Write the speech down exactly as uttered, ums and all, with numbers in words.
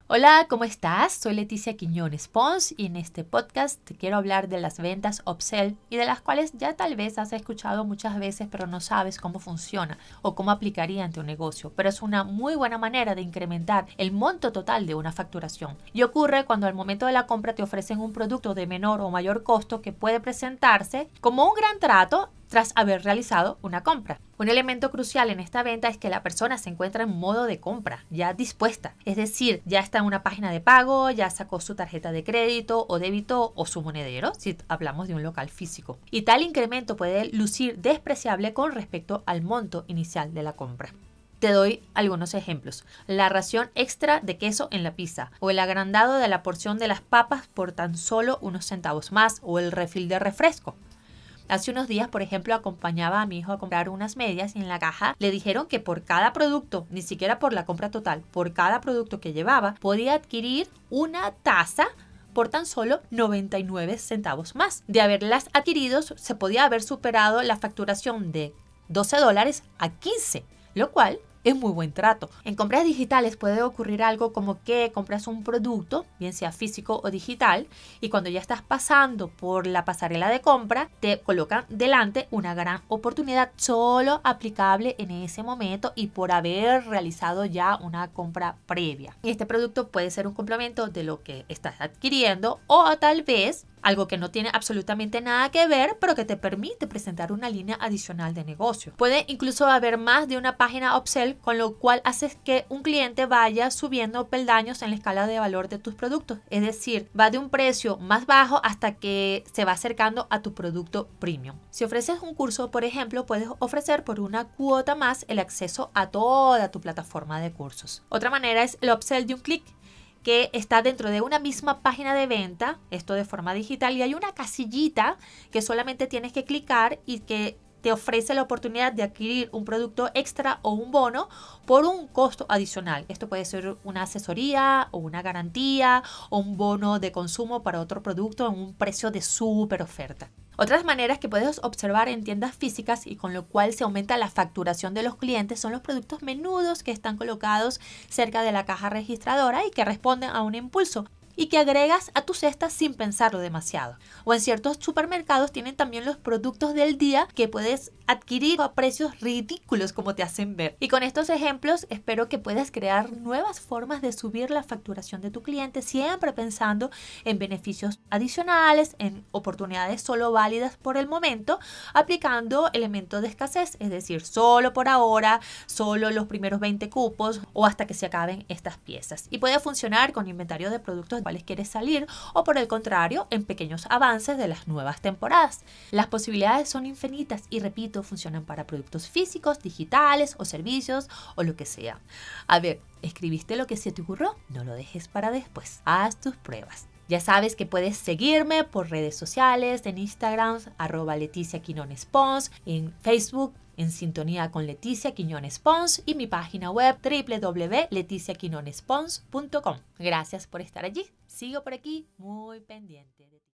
Hola, ¿cómo estás? Soy Leticia Quiñones Pons y en este podcast te quiero hablar de las ventas upsell y de las cuales ya tal vez has escuchado muchas veces pero no sabes cómo funciona o cómo aplicaría en tu negocio, pero es una muy buena manera de incrementar el monto total de una facturación. Y ocurre cuando al momento de la compra te ofrecen un producto de menor o mayor costo que puede presentarse como un gran trato tras haber realizado una compra. Un elemento crucial en esta venta es que la persona se encuentra en modo de compra, ya dispuesta, es decir, ya está en una página de pago, ya sacó su tarjeta de crédito o débito o su monedero, si hablamos de un local físico. Y tal incremento puede lucir despreciable con respecto al monto inicial de la compra. Te doy algunos ejemplos. La ración extra de queso en la pizza, o el agrandado de la porción de las papas por tan solo unos centavos más, o el refil de refresco. Hace unos días, por ejemplo, acompañaba a mi hijo a comprar unas medias y en la caja le dijeron que por cada producto, ni siquiera por la compra total, por cada producto que llevaba, podía adquirir una taza por tan solo noventa y nueve centavos más. De haberlas adquirido, se podía haber superado la facturación de doce dólares a quince, lo cual es muy buen trato. En compras digitales puede ocurrir algo como que compras un producto, bien sea físico o digital, y cuando ya estás pasando por la pasarela de compra, te colocan delante una gran oportunidad solo aplicable en ese momento y por haber realizado ya una compra previa. Y este producto puede ser un complemento de lo que estás adquiriendo o tal vez algo que no tiene absolutamente nada que ver, pero que te permite presentar una línea adicional de negocio. Puede incluso haber más de una página upsell, con lo cual haces que un cliente vaya subiendo peldaños en la escala de valor de tus productos. Es decir, va de un precio más bajo hasta que se va acercando a tu producto premium. Si ofreces un curso, por ejemplo, puedes ofrecer por una cuota más el acceso a toda tu plataforma de cursos. Otra manera es el upsell de un clic, que está dentro de una misma página de venta, esto de forma digital, y hay una casillita que solamente tienes que clicar y que te ofrece la oportunidad de adquirir un producto extra o un bono por un costo adicional. Esto puede ser una asesoría o una garantía o un bono de consumo para otro producto en un precio de súper oferta. Otras maneras que puedes observar en tiendas físicas y con lo cual se aumenta la facturación de los clientes son los productos menudos que están colocados cerca de la caja registradora y que responden a un impulso y que agregas a tu cesta sin pensarlo demasiado. O en ciertos supermercados tienen también los productos del día que puedes adquirir a precios ridículos como te hacen ver. Y con estos ejemplos espero que puedas crear nuevas formas de subir la facturación de tu cliente, siempre pensando en beneficios adicionales, en oportunidades solo válidas por el momento, aplicando elementos de escasez, es decir, solo por ahora, solo los primeros veinte cupos o hasta que se acaben estas piezas. Y puede funcionar con inventario de productos cuales quieres salir o por el contrario en pequeños avances de las nuevas temporadas. Las posibilidades son infinitas y repito, funcionan para productos físicos, digitales o servicios o lo que sea. A ver, ¿escribiste lo que se te ocurrió? No lo dejes para después. Haz tus pruebas. Ya sabes que puedes seguirme por redes sociales, en Instagram, arroba Leticia Quiñones Pons, en Facebook, en sintonía con Leticia Quiñones Pons y mi página web w w w punto leticia quiñones pons punto com. Gracias por estar allí. Sigo por aquí muy pendiente de ti.